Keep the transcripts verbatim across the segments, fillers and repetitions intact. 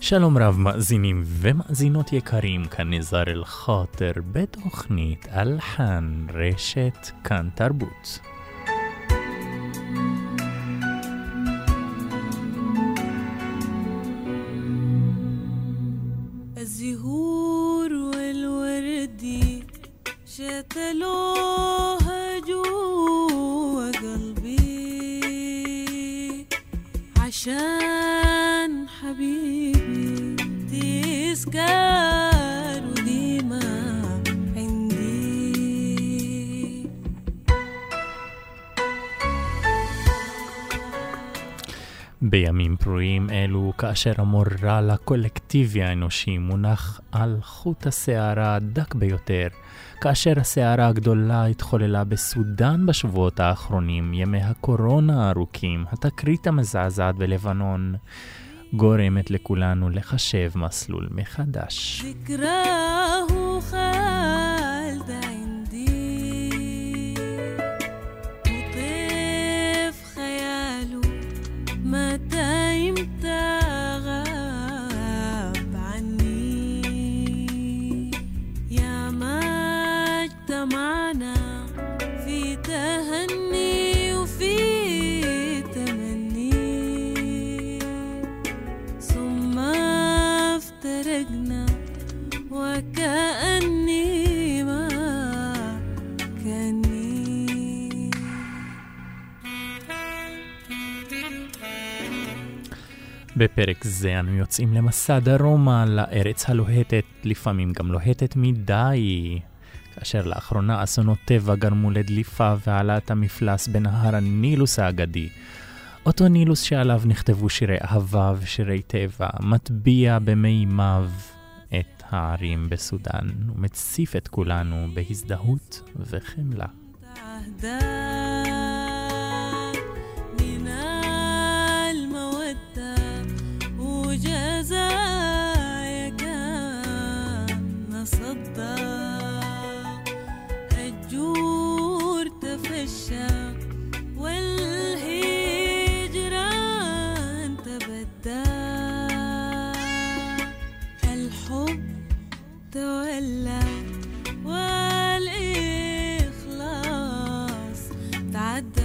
שלום רב מאזינים ומאזינות יקרים, כאן נזר אל חاطר בתוכנית אלחן רשת כאן תרבות. الزهور والوردي شتلوها جوا قلبي عشان حبيبي تسكر وديما عندي. בימים פרועים אלו, כאשר המורל הקולקטיבי האנושי מונח על חוט השערה הדק ביותר, כאשר השערה הגדולה התחוללה בסודן בשבועות האחרונים, ימי הקורונה הארוכים, התקרית המזעזעת בלבנון, גורמת לכולנו לחשב מסלול מחדש. ذكراه خالد عندي وطيف خياله متى يمتى غاب عني يا ما اجتمعنا في تهني وفي تمني ثم افترقنا وكأني ما كاني. בפרק זה אנו יוצאים למסע דרומה לארץ הלוהטת, לפעמים גם לוהטת מדי, כאשר לאחרונה אסונות טבע גרמו לדליפה ועלת המפלס בנהר הנילוס האגדי. אותו נילוס שעליו נכתבו שירי אהבה ושירי טבע, מטביע במימיו את הערים בסודן ומציף את כולנו בהזדהות וחמלה. جزايا كان نصدى الجور تفشى والهجران تبدى الحب تولى والإخلاص تعدى.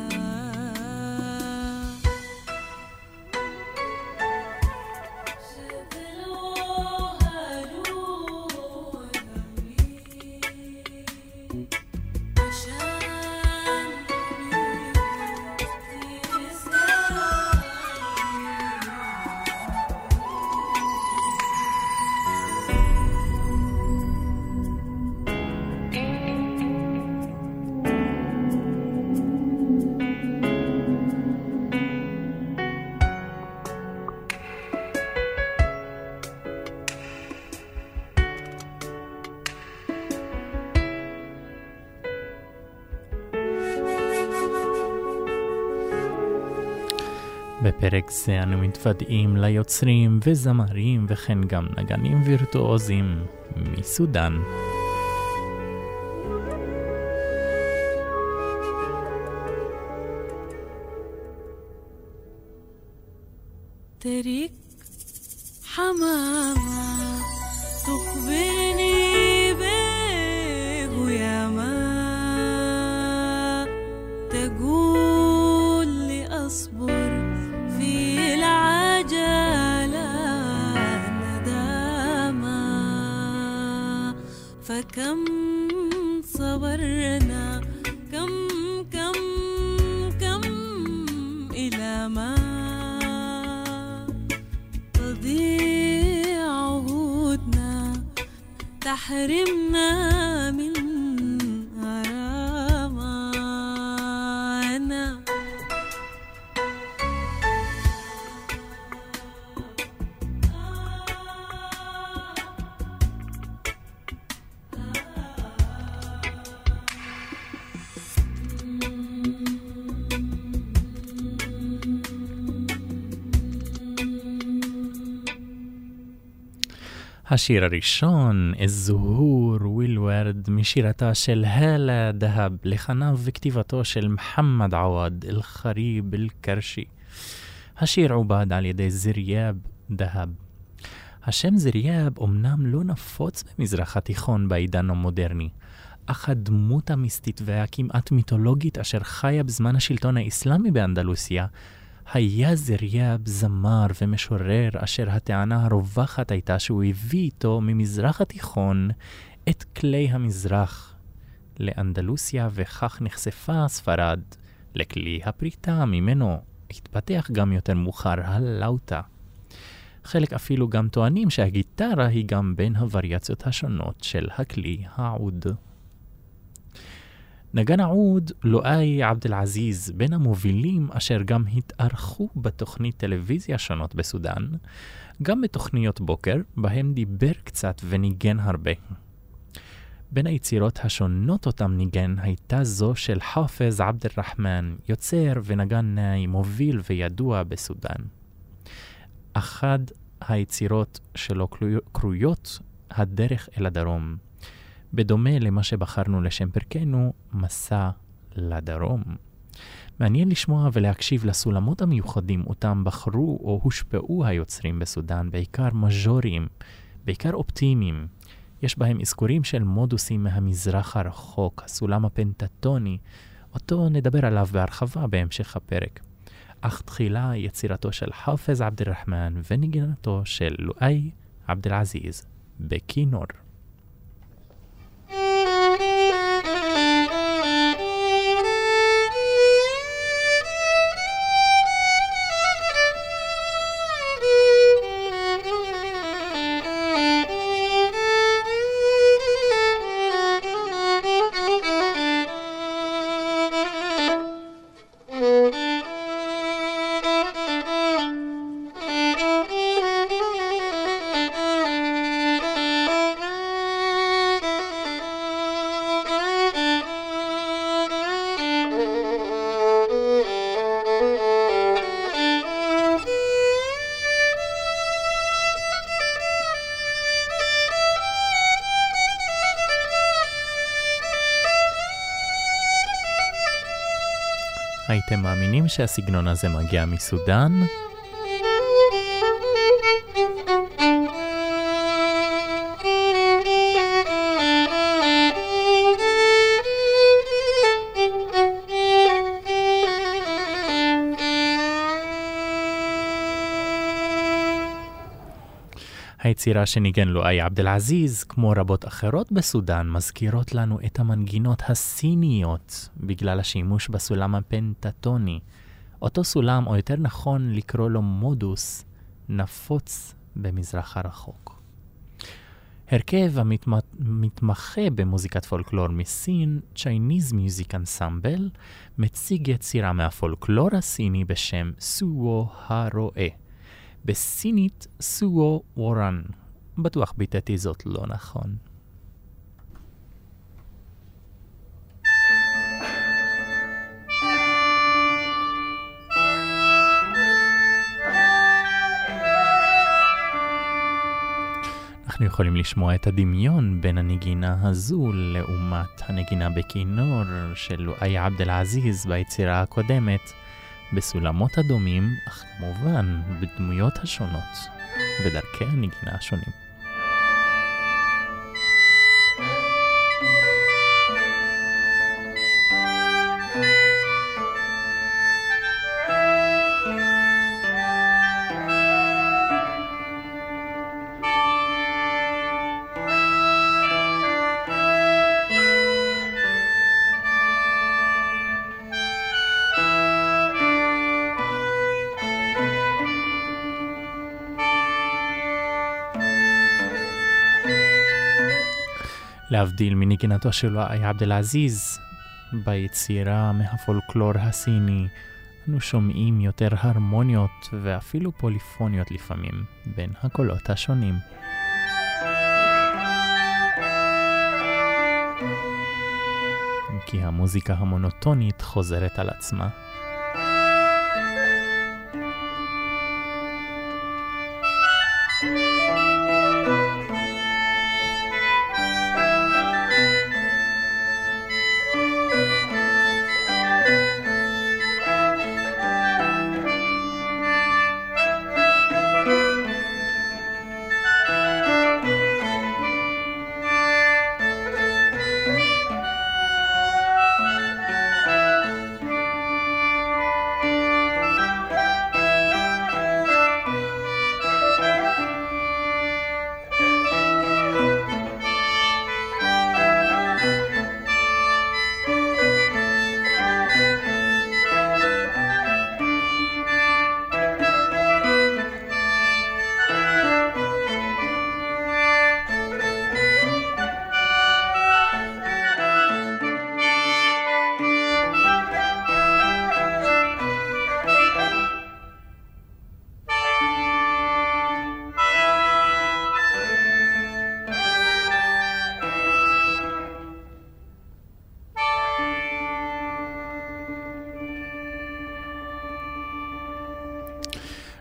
בפרק זה אנו מתוודעים ליוצרים וזמרים וכן גם נגנים וירטואוזים מסודן. تريك حمامة تخبرني بيه ويا ما تقول لي أصبر في العجلة ندامة فكم صبرنا كم كم كم إلى ما تضيع عهودنا تحرمنا من غرامنا. השיר הראשון, الزهور والورد, משירתה של הלה דהב, לחניו וכתיבתו של מחמד עווד אל-חריב אל-קרשי. השיר עובד על ידי זריאב דהב, השם זריאב אומנם לא נפוץ במזרח התיכון בעידן המודרני, אך הדמות המיסטית והכמעט מיתולוגית אשר חיה בזמן השלטון האסלאמי באנדלוסיה, היה זריאב זמר ומשורר אשר הטענה הרווחת הייתה שהוא הביא איתו ממזרח התיכון את כלי המזרח לאנדלוסיה, וכך נחשפה ספרד לכלי הפריטה ממנו. התפתח גם יותר מאוחר הלאוטה. חלק אפילו גם טוענים שהגיטרה היא גם בין הווריאציות השונות של הכלי העוד. נגן העוד לואי עבד אל-עזיז, בין המובילים אשר גם התארחו בתוכנית טלוויזיה שונות בסודן, גם בתוכניות בוקר, בהם דיבר קצת וניגן הרבה. בין היצירות השונות אותם ניגן הייתה זו של חאפז עבד אל-רחמן, יוצר ונגן נאי מוביל וידוע בסודן. אחד היצירות שלו קרויות הדרך אל הדרום, בדומה למה שבחרנו לשם פרקנו, מסע לדרום. מעניין לשמוע ולהקשיב לסולמות המיוחדים אותם בחרו או הושפעו היוצרים בסודן, בעיקר מז'וריים, בעיקר אופטימיים. יש בהם אזכורים של מודוסים מהמזרח הרחוק, הסולם הפנטטוני, אותו נדבר עליו בהרחבה בהמשך הפרק. אך תחילה יצירתו של חאפז עבד אל-רחמן וניגנתו של לואי עבד אל-עזיז בכינור. הייתם מאמינים שהסגנון הזה מגיע מסודן? היצירה שניגן לואי עבד אל-עזיז, כמו רבות אחרות בסודן, מזכירות לנו את המנגינות הסיניות בגלל השימוש בסולם הפנטטוני. אותו סולם, או יותר נכון לקרוא לו מודוס, נפוץ במזרח הרחוק. הרכב המתמחה במוזיקת פולקלור מסין, Chinese Music Ensemble, מציג יצירה מהפולקלור הסיני בשם סוו הרואה. בסינית סוו וורן. בטוח ביטאתי זאת לא נכון. אנחנו יכולים לשמוע את הדמיון בין הנגינה הזו לעומת הנגינה בכינור של לואי עבד אל-עזיז ביצירה הקודמת, בסולמות הדומים, אך כמובן בדמויות השונות ודרכי הנגינה השונים. להבדיל מנגינתו של לואי עבד אל-עזיז, ביצירה מהפולקלור הסיני, אנו שומעים יותר הרמוניות ואפילו פוליפוניות לפעמים בין הקולות השונים. כי המוזיקה המונוטונית חוזרת על עצמה.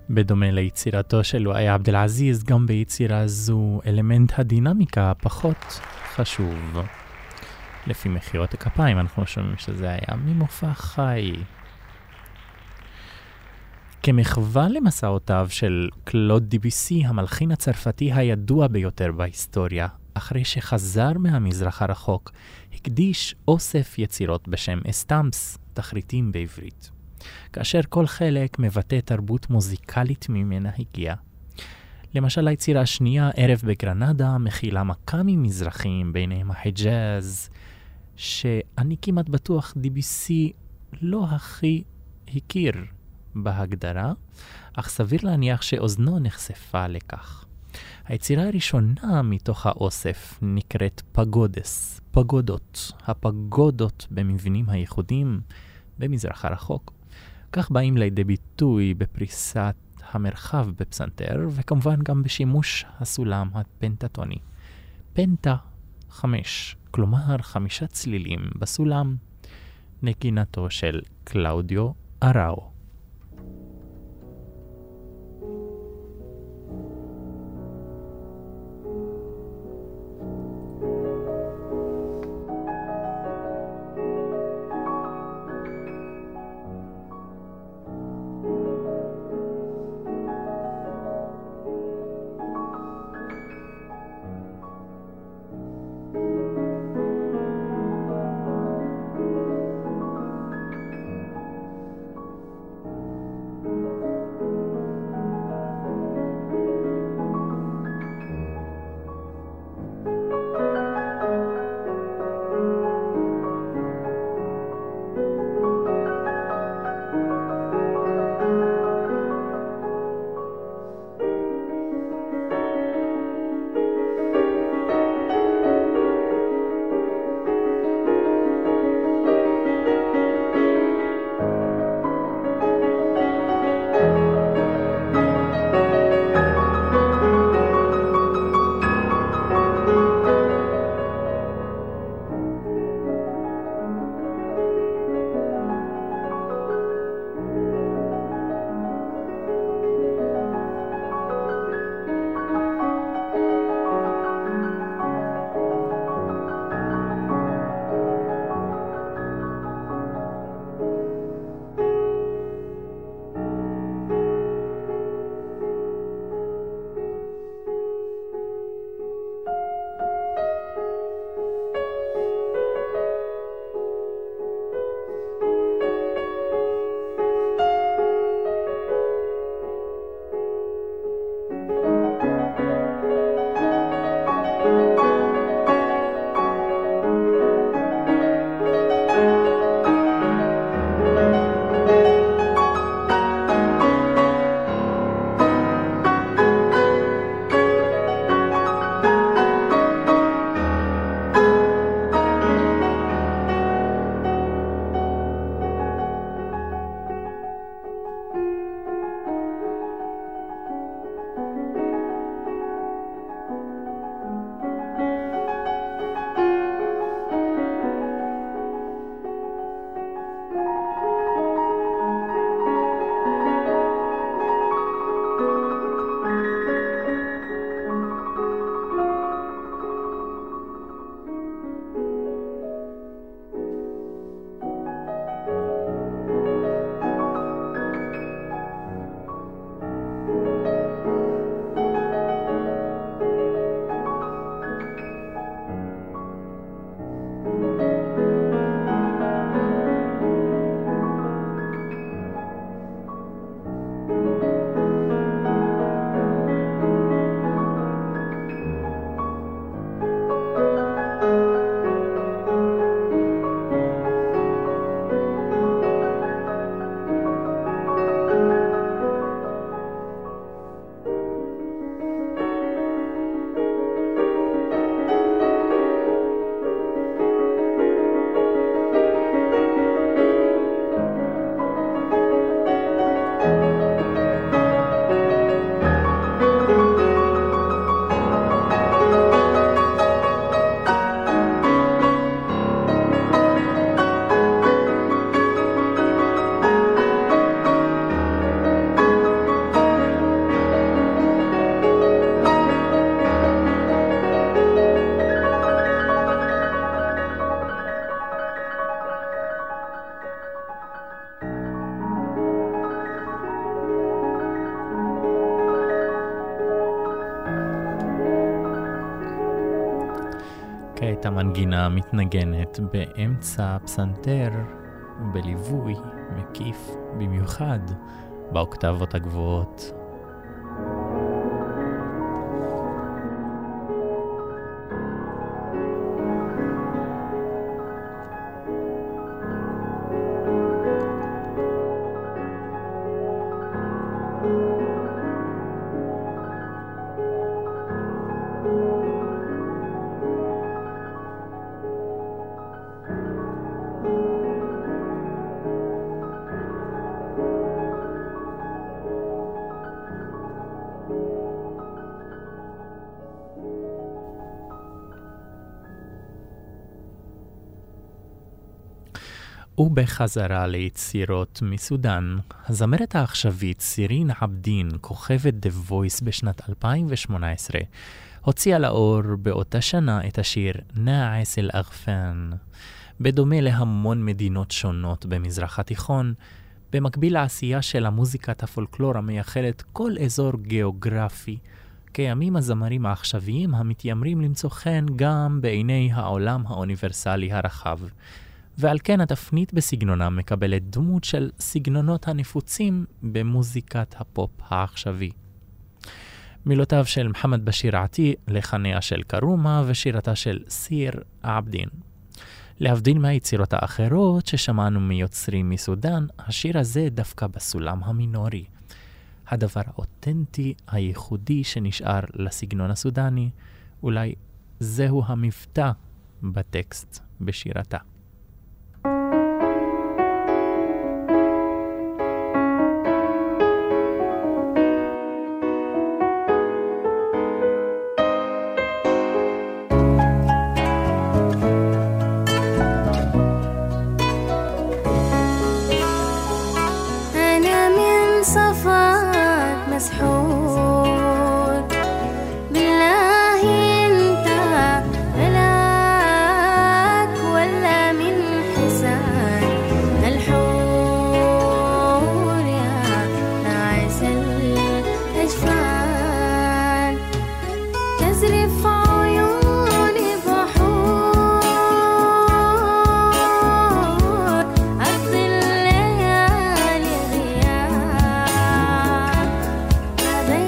בדומה ליצירתו של לואי עבד אל-עזיז, גם ביצירה זו אלמנט הדינמיקה פחות חשוב. לפי מחיאות הכפיים אנחנו שומעים שזה היה ממופע חי. כמחווה למסעותיו של קלוד דיביסי, המלחין הצרפתי הידוע ביותר בהיסטוריה, אחרי שחזר מהמזרח הרחוק, הקדיש אוסף יצירות בשם אסטמפס, תחריטים בעברית. כאשר כל חלק מבטא תרבות מוזיקלית ממנה הגיע. למשל, היצירה השנייה, ערב בגרנדה, מכילה מקאמים מזרחיים, ביניהם החיג'אז, שאני כמעט בטוח דיביסי לא הכי הכיר בהגדרה, אך סביר להניח שאוזנו נחשפה לכך. היצירה הראשונה מתוך האוסף נקראת פגודס, פגודות, הפגודות במבנים הייחודיים במזרח הרחוק. כך באים לידי ביטוי בפריסת המרחב בפסנתר, וכמובן גם בשימוש הסולם הפנטטוני. פנטה חמש, כלומר חמישה צלילים בסולם, נגינתו של קלאודיו אראו. כעת המנגינה מתנגנת באמצע פסנתר בליווי מקיף במיוחד באוקטבות הגבוהות. ובחזרה ליצירות מסודן, הזמרת העכשווית סירין עבדין, כוכבת The Voice בשנת אלפיים ושמונה עשרה, הוציאה לאור באותה שנה את השיר נאעס אל אגפן. בדומה להמון מדינות שונות במזרח התיכון, במקביל לעשייה של המוזיקת הפולקלור המייחדת כל אזור גיאוגרפי, קיימים הזמרים העכשוויים המתיימרים למצוא חן גם בעיני העולם האוניברסלי הרחב. ועל כן התפנית בסגנונם מקבלת דמות של סגנונות הנפוצים במוזיקת הפופ העכשווי. מילותיו של מוחמד בשיר עטי, לחניה של קרומה ושירתה של סיר עבדין. להבדיל מהיצירות האחרות ששמענו מיוצרים מסודן, השיר הזה דווקא בסולם המינורי. הדבר האותנטי, הייחודי שנשאר לסגנון הסודני, אולי זהו המבטא בטקסט בשירתה. They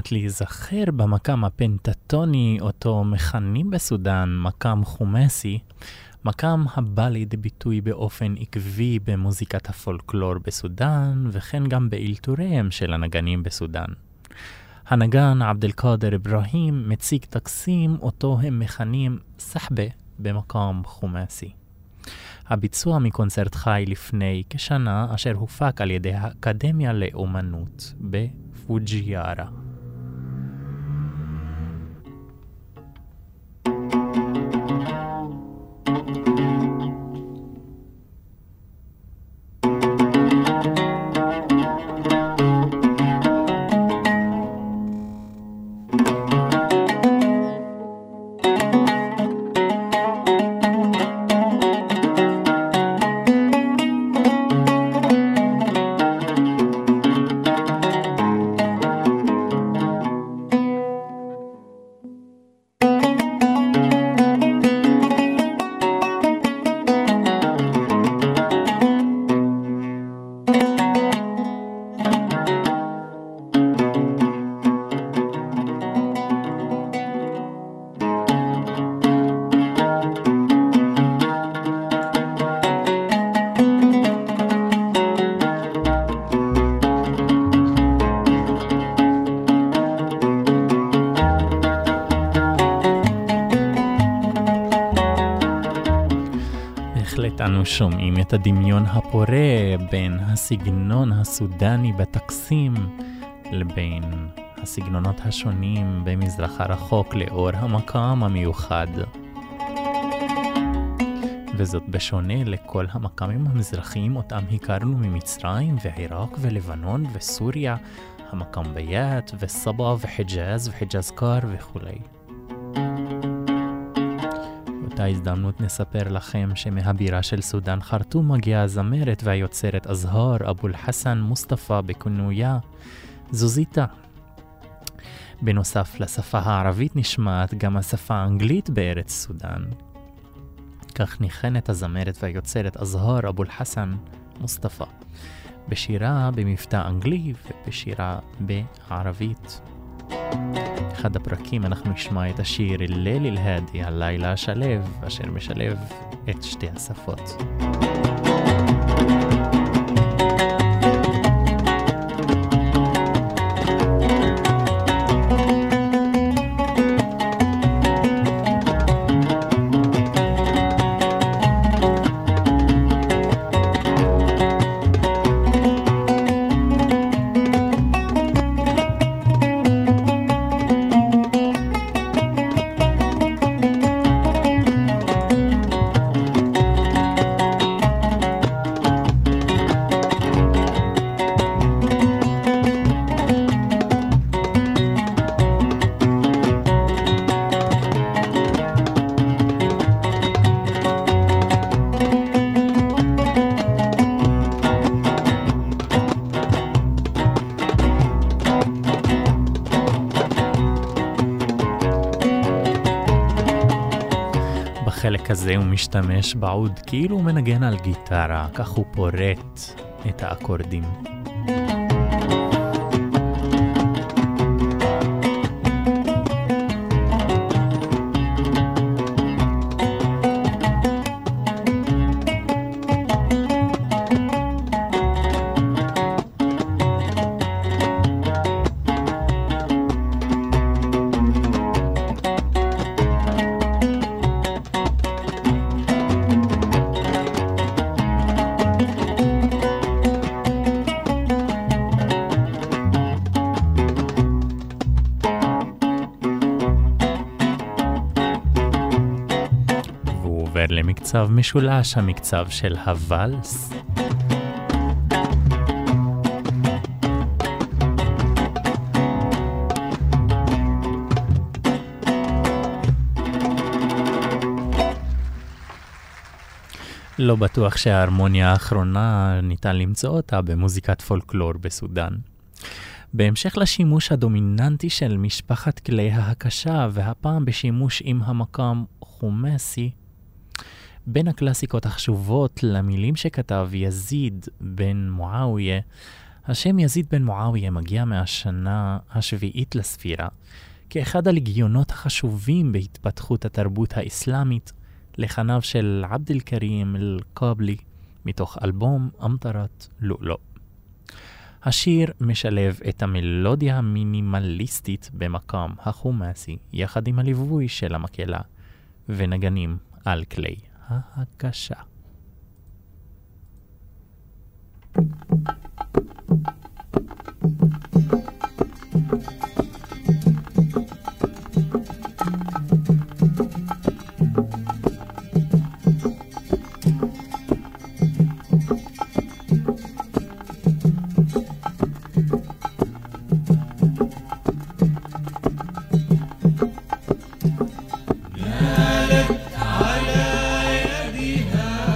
מבקשת להיזכר במקם הפנטטוני אותו מכנים בסודן, מקם חומסי, מקם הבא לידי ביטוי באופן עקבי במוזיקת הפולקלור בסודן, וכן גם באלתוריהם של הנגנים בסודן. הנגן עבד אל-קאדר אברהים מציג טקסים אותו הם מכנים סחבה במקם חומסי. הביצוע מקונצרט חי לפני כשנה אשר הופק על ידי האקדמיה לאומנות בפוג'יארה. אנו שומעים את הדמיון הפורה בין הסגנון הסודני בטקסים לבין הסגנונות השונים במזרח הרחוק לאור המקם המיוחד. וזאת בשונה לכל המקמים המזרחיים אותם הכרנו ממצרים ועיראק ולבנון וסוריה, המקם ביאת וסבא וחיג'אז וחיג'אז קר וכו'. באותה הזדמנות נספר לכם שמהבירה של סודן חרטום מגיעה הזמרת והיוצרת אזהר אבו אל-חסן מוסטפא בכינויה זוזיטה. בנוסף לשפה הערבית נשמעת גם השפה האנגלית בארץ סודן. כך ניחנת הזמרת והיוצרת אזהר אבו אל-חסן מוסטפא בשירה במבטא אנגלי ובשירה בערבית. אחד הפרקים אנחנו נשמע את השיר ליל אל-האדי, הלילה השלב, אשר משלב את שתי השפות. כזה הוא משתמש בעוד כאילו הוא מנגן על גיטרה, כך הוא פורט את האקורדים. למקצב משולש, המקצב של הוואלס. לא בטוח שההרמוניה האחרונה ניתן למצוא אותה במוזיקת פולקלור בסודן. בהמשך לשימוש הדומיננטי של משפחת כלי ההקשה, והפעם בשימוש עם המקם חומסי, בין הקלאסיקות החשובות למילים שכתב יזיד בן מועאוויה, השם יזיד בן מועאוויה מגיע מהשנה השביעית לספירה, כאחד הלגיונות החשובים בהתפתחות התרבות האסלאמית, לחניו של עבד אל-כרים אל-קאבלי, מתוך אלבום אמטרת לולו. השיר משלב את המלודיה המינימליסטית במקום החומאסי, יחד עם הליווי של המקהלה, ונגנים על כלי ההקשה. نالت على يدها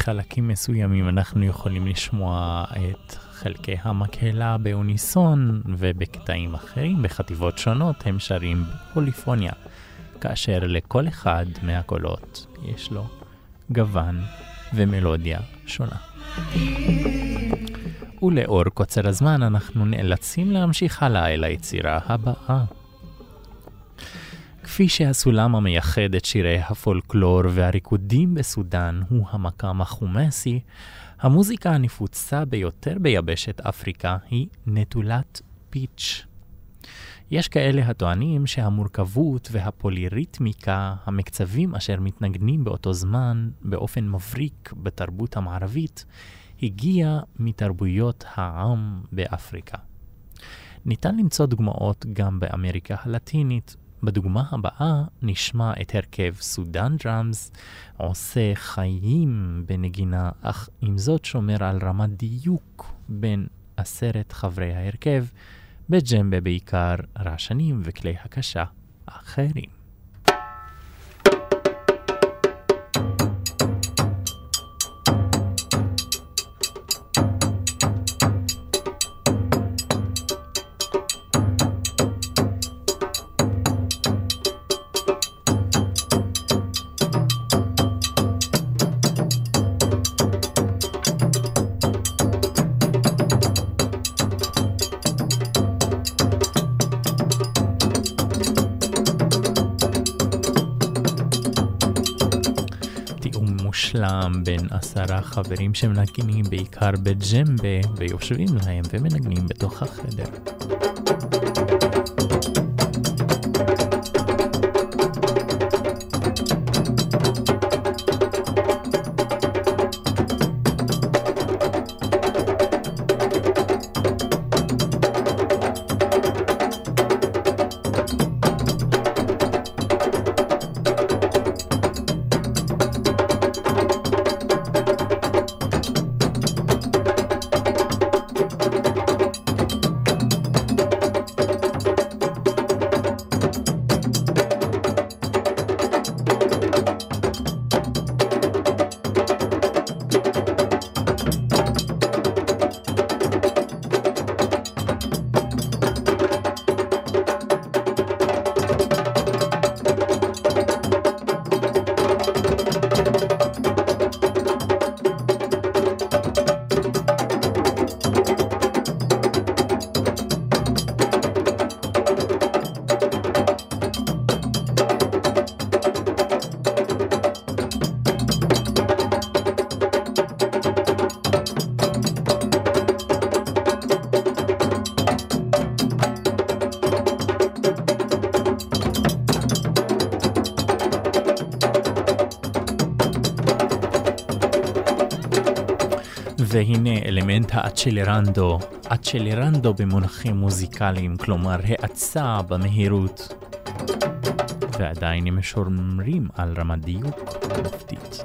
בחלקים מסוימים אנחנו יכולים לשמוע את חלקי המקהלה באוניסון, ובקטעים אחרים, בחטיבות שונות, הם שרים בפוליפוניה, כאשר לכל אחד מהקולות יש לו גוון ומלודיה שונה. ולאור קוצר הזמן אנחנו נאלצים להמשיך הלאה אל היצירה הבאה. כפי שהסולם המייחד את שירי הפולקלור והריקודים בסודן הוא המקאם החומסי, המוזיקה הנפוצה ביותר ביבשת אפריקה היא נטולת פיץ'. יש כאלה הטוענים שהמורכבות והפוליריתמיקה, המקצבים אשר מתנגנים באותו זמן באופן מבריק בתרבות המערבית, הגיע מתרבויות העם באפריקה. ניתן למצוא דוגמאות גם באמריקה הלטינית. בדוגמה הבאה נשמע את הרכב סודן דראמס עושה חיים בנגינה, אך עם זאת שומר על רמת דיוק בין עשרת חברי ההרכב, בג'מבה בעיקר רעשנים וכלי הקשה אחרים. מושלם בין עשרה חברים שמנגנים בעיקר בג'מבה ויושבים להם ומנגנים בתוך החדר. והנה אלמנט האצ'לרנדו, אצ'לרנדו במונחים מוזיקליים, כלומר האצה במהירות, ועדיין הם שומרים על רמת דיוק מופתית.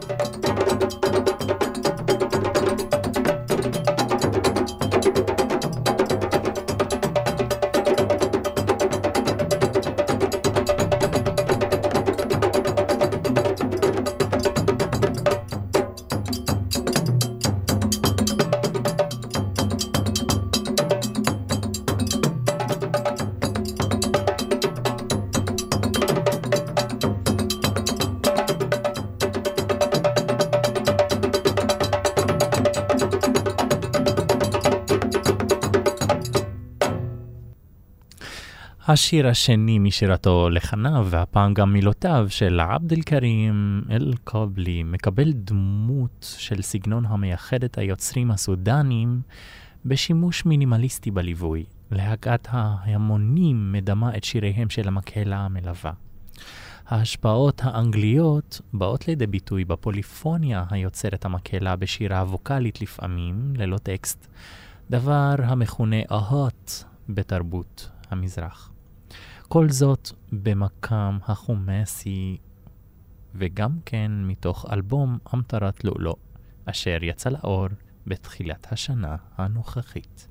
השיר השני משירתו לחניו, והפעם גם מילותיו של עבד אל-כרים אל-קבלי, מקבל דמות של סגנון המייחד את היוצרים הסודנים בשימוש מינימליסטי בליווי. להקת ההמונים מדמה את שיריהם של המקהלה המלווה. ההשפעות האנגליות באות לידי ביטוי בפוליפוניה היוצרת המקהלה בשירה ווקלית לפעמים, ללא טקסט, דבר המכונה אהות בתרבות המזרח. כל זאת במקאם החומסי, וגם כן מתוך אלבום אמטרת לולו, אשר יצא לאור בתחילת השנה הנוכחית.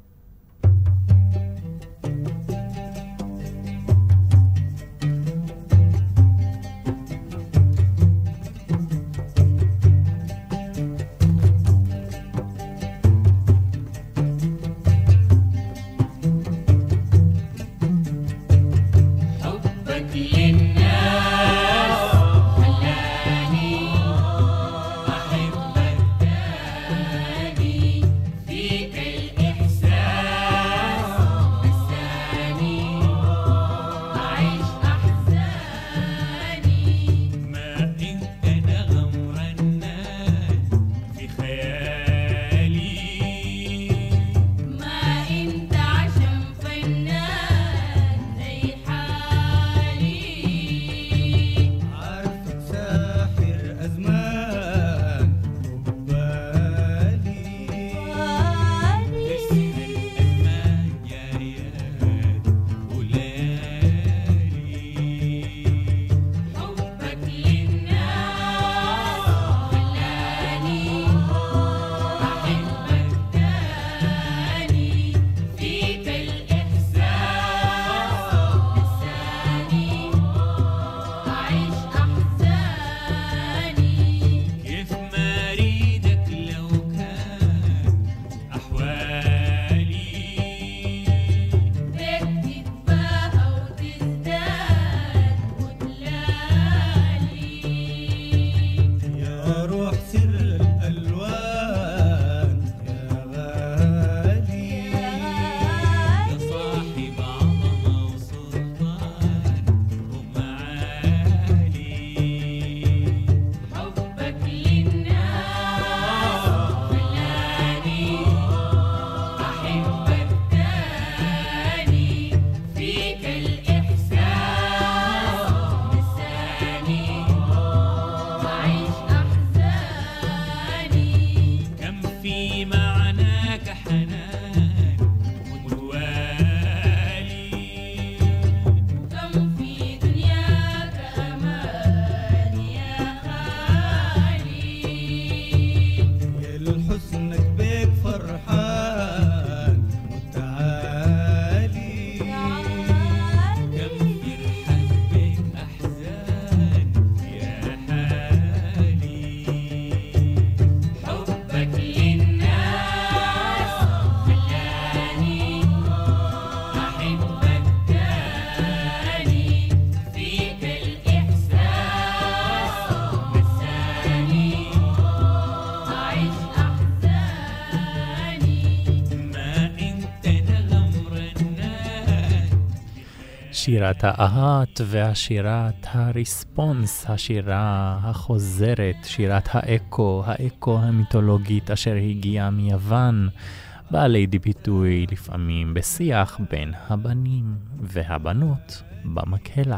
שירת האהט והשירת הריספונס, השירה החוזרת, שירת האקו, האקו המיתולוגית אשר הגיעה מיוון, באה לידי ביטוי לפעמים בשיח בין הבנים והבנות במקהלה.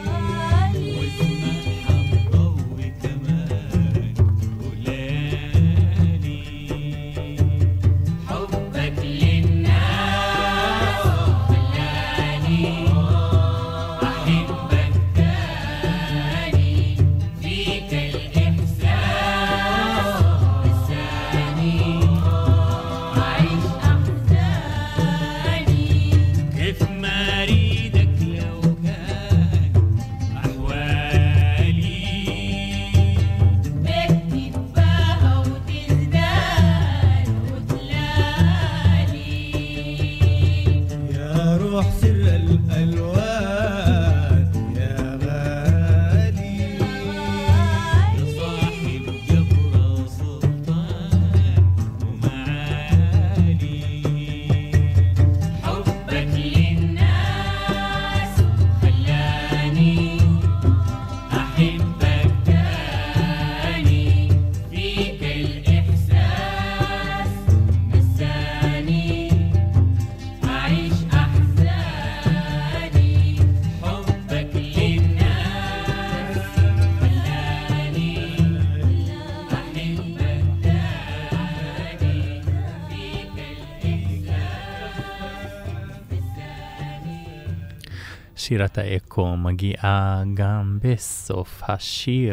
שירת האקו מגיעה גם בסוף השיר.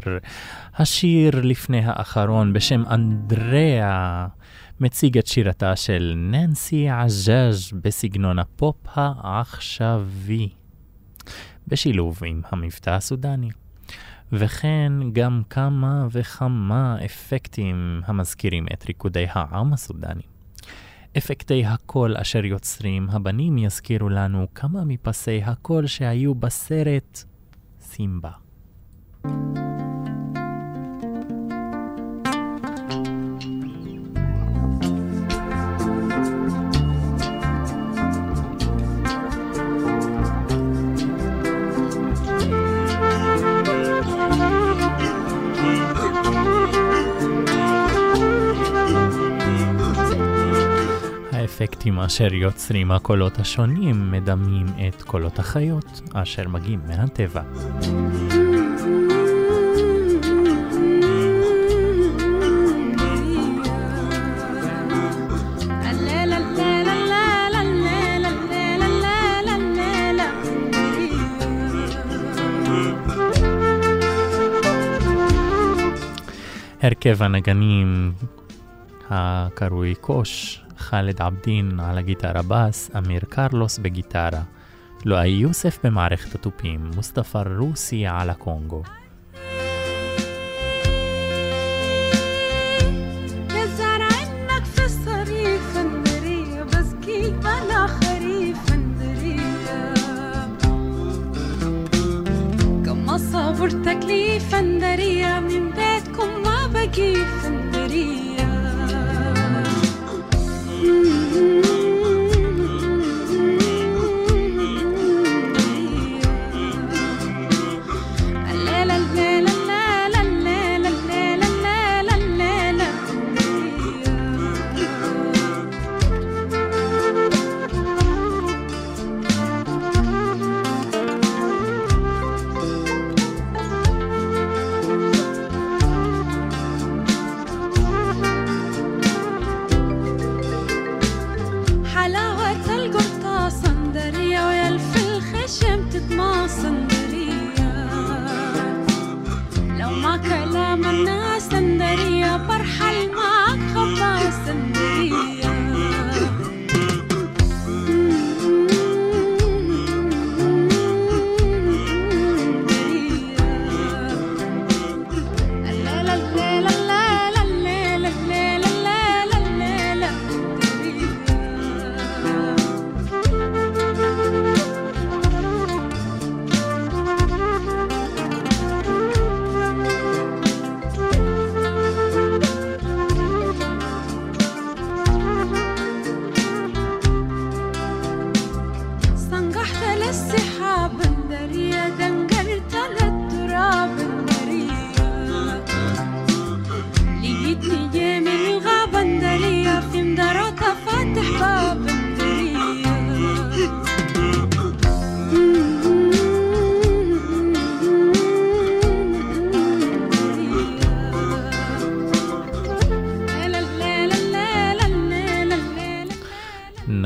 השיר לפני האחרון בשם אנדריה מציג את שירתה של ננסי עג'אג' בסגנון הפופ העכשווי, בשילוב עם המבטא הסודני. וכן גם כמה וכמה אפקטים המזכירים את ריקודי העם הסודני. אפקטי הקול אשר יוצרים הבנים יזכירו לנו כמה מפסי הקול שהיו בסרט סימבה. האפקטים אשר יוצרים הקולות השונים מדמים את קולות החיות אשר מגיעים מהטבע. הרכב הנגנים הקרוי קוש, חאלד עבדין על הגיטרה בס, אמיר קרלוס בגיטרה, לואי יוסף במערכת התופים, מוסטפא רוסי על הקונגו. صبرتك لي فندرية من بيتكم ما بقي فندرية الليلة الليلة الليلة الليلة الليلة الليلة الليلة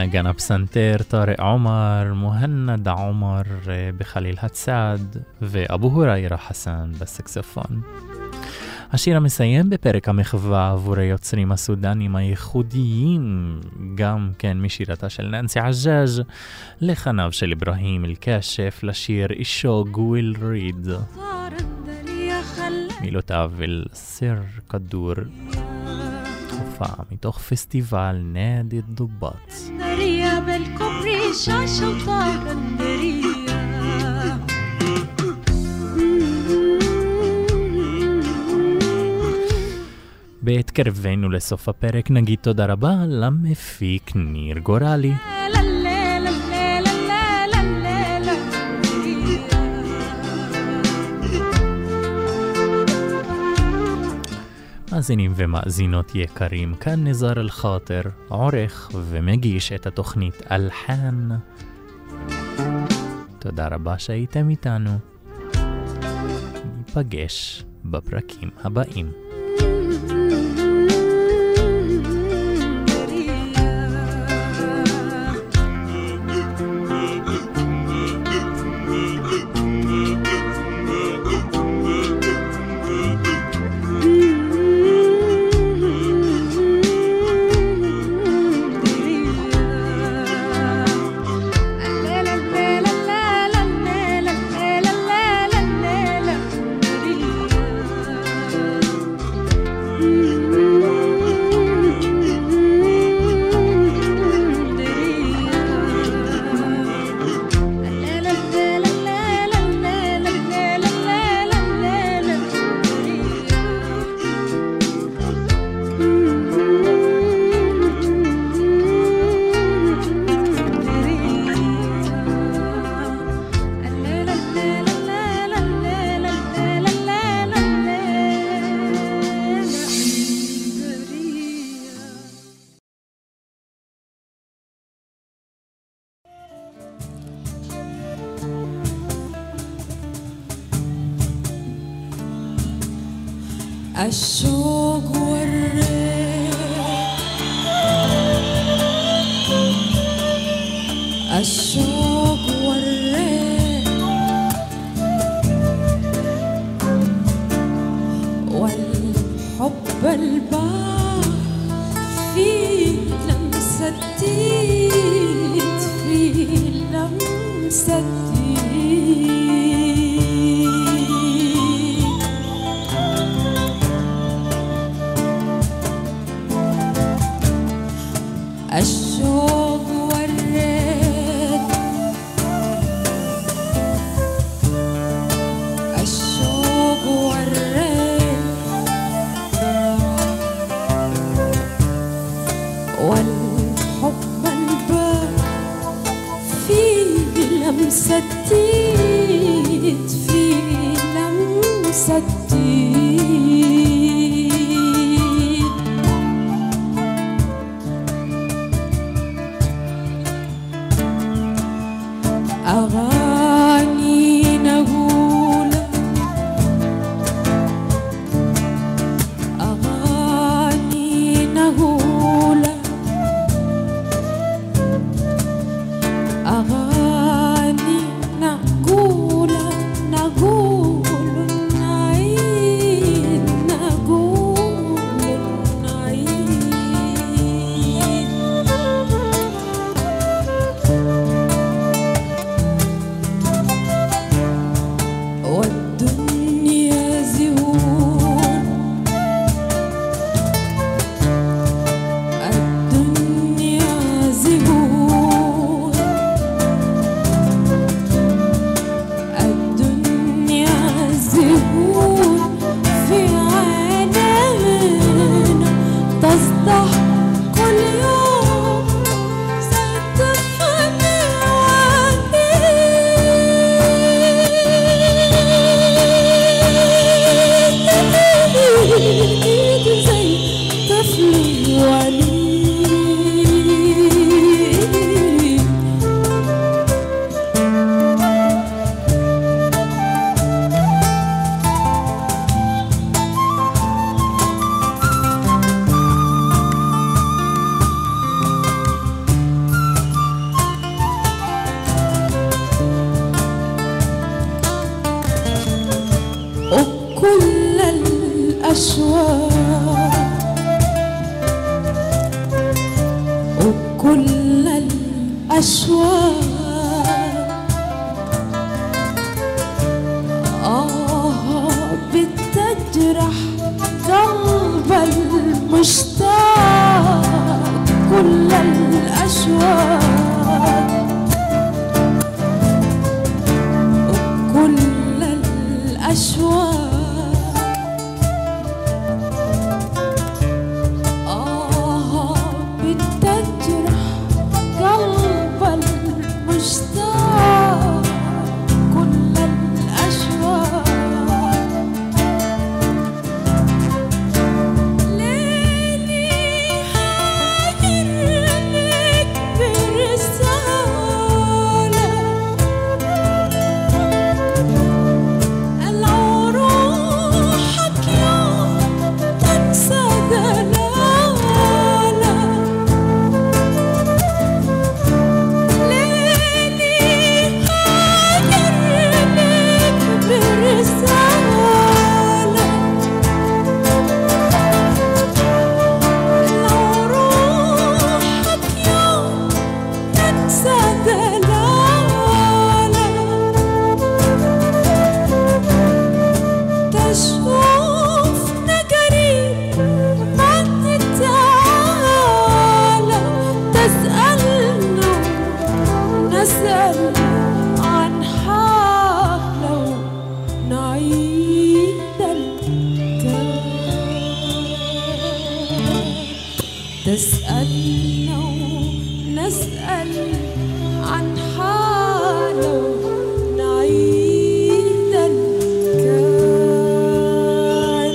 נגן הפסנתר טארק עומר, מוהנד עומר בחליל הצד, ואבו הוריירה חסן בסקסופון. השיר המסיים בפרק המחווה עבור היוצרים הסודנים הייחודיים, גם כן משירתה של ננסי עג'אג' לחניו של אברהים אל-קשף לשיר אישו גוויל ריד. מילותיו אל סר כדור, הופעה מתוך פסטיבל נאדי דובת. בהתקרבנו לסוף הפרק נגיד תודה רבה למפיק ניר גורלי. מאזינים ומאזינות יקרים, כאן נזר אל-חאטר, עורך ומגיש את התוכנית אלחן. תודה רבה שהייתם איתנו. ניפגש בפרקים הבאים. الشوق والريح الشوق والريح والحب البار في لمسة ايد في لمسة الشوق والريد الشوق والريد والحب البار في لمسة ايد في لمسة أغاني نقول أغاني نقول أغاني نقول كل الأشواق آه بتجرح قلب المشتاق كل الأشواق وكل الأشواق تسألنا ونسأل عن حاله ونعيد الكون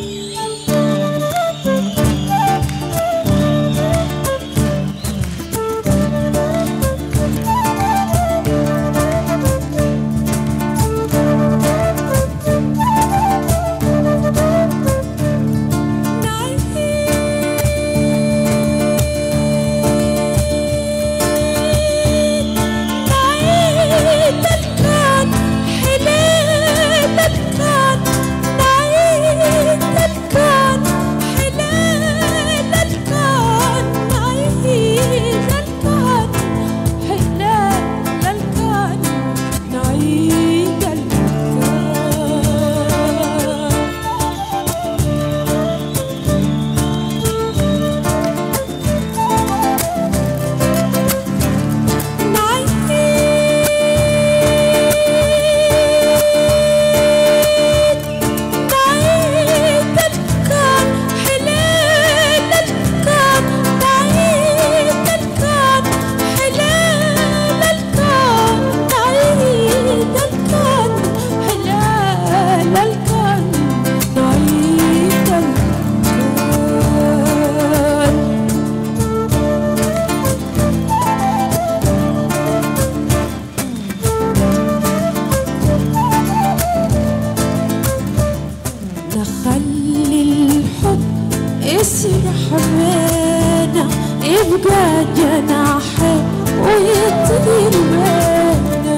يسرح بينا يبقى جناحي ويطير بينا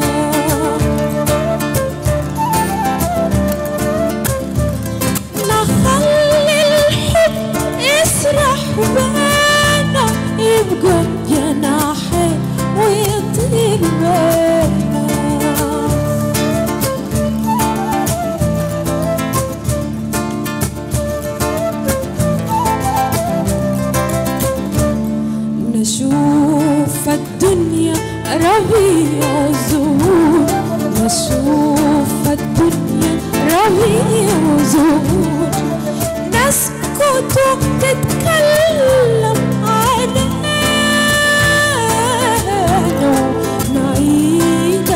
نخلي الحب يسرح بينا يبقى جناحي ويطير بينا نشوف الدنيا ربيع زهور نشوف الدنيا ربيع زهور نسكت تتكلم عننا ونعيد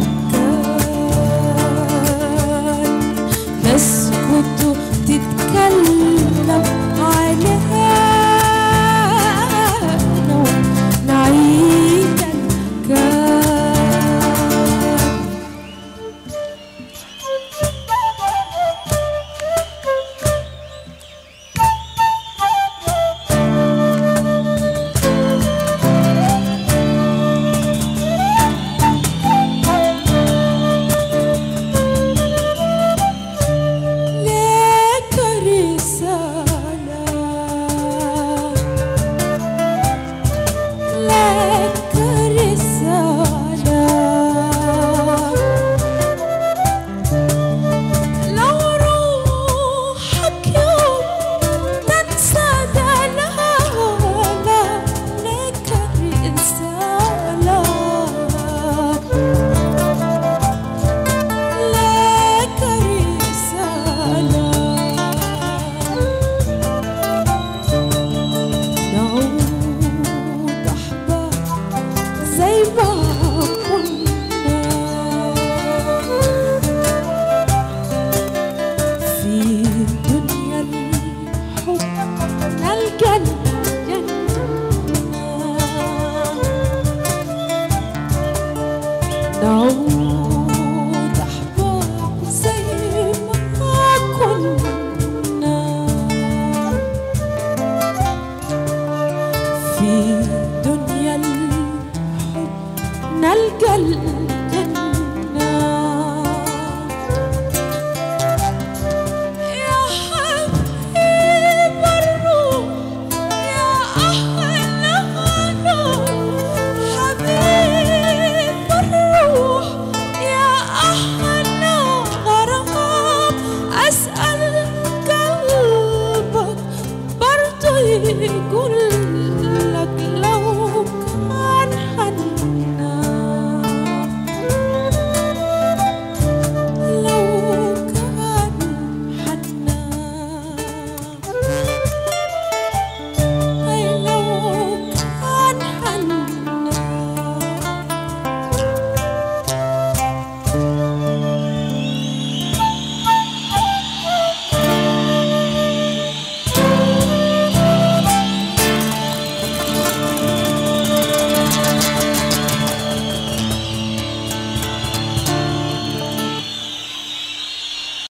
الكون نسكت تتكلم عننا نعيد الكون الجنة جنة نعود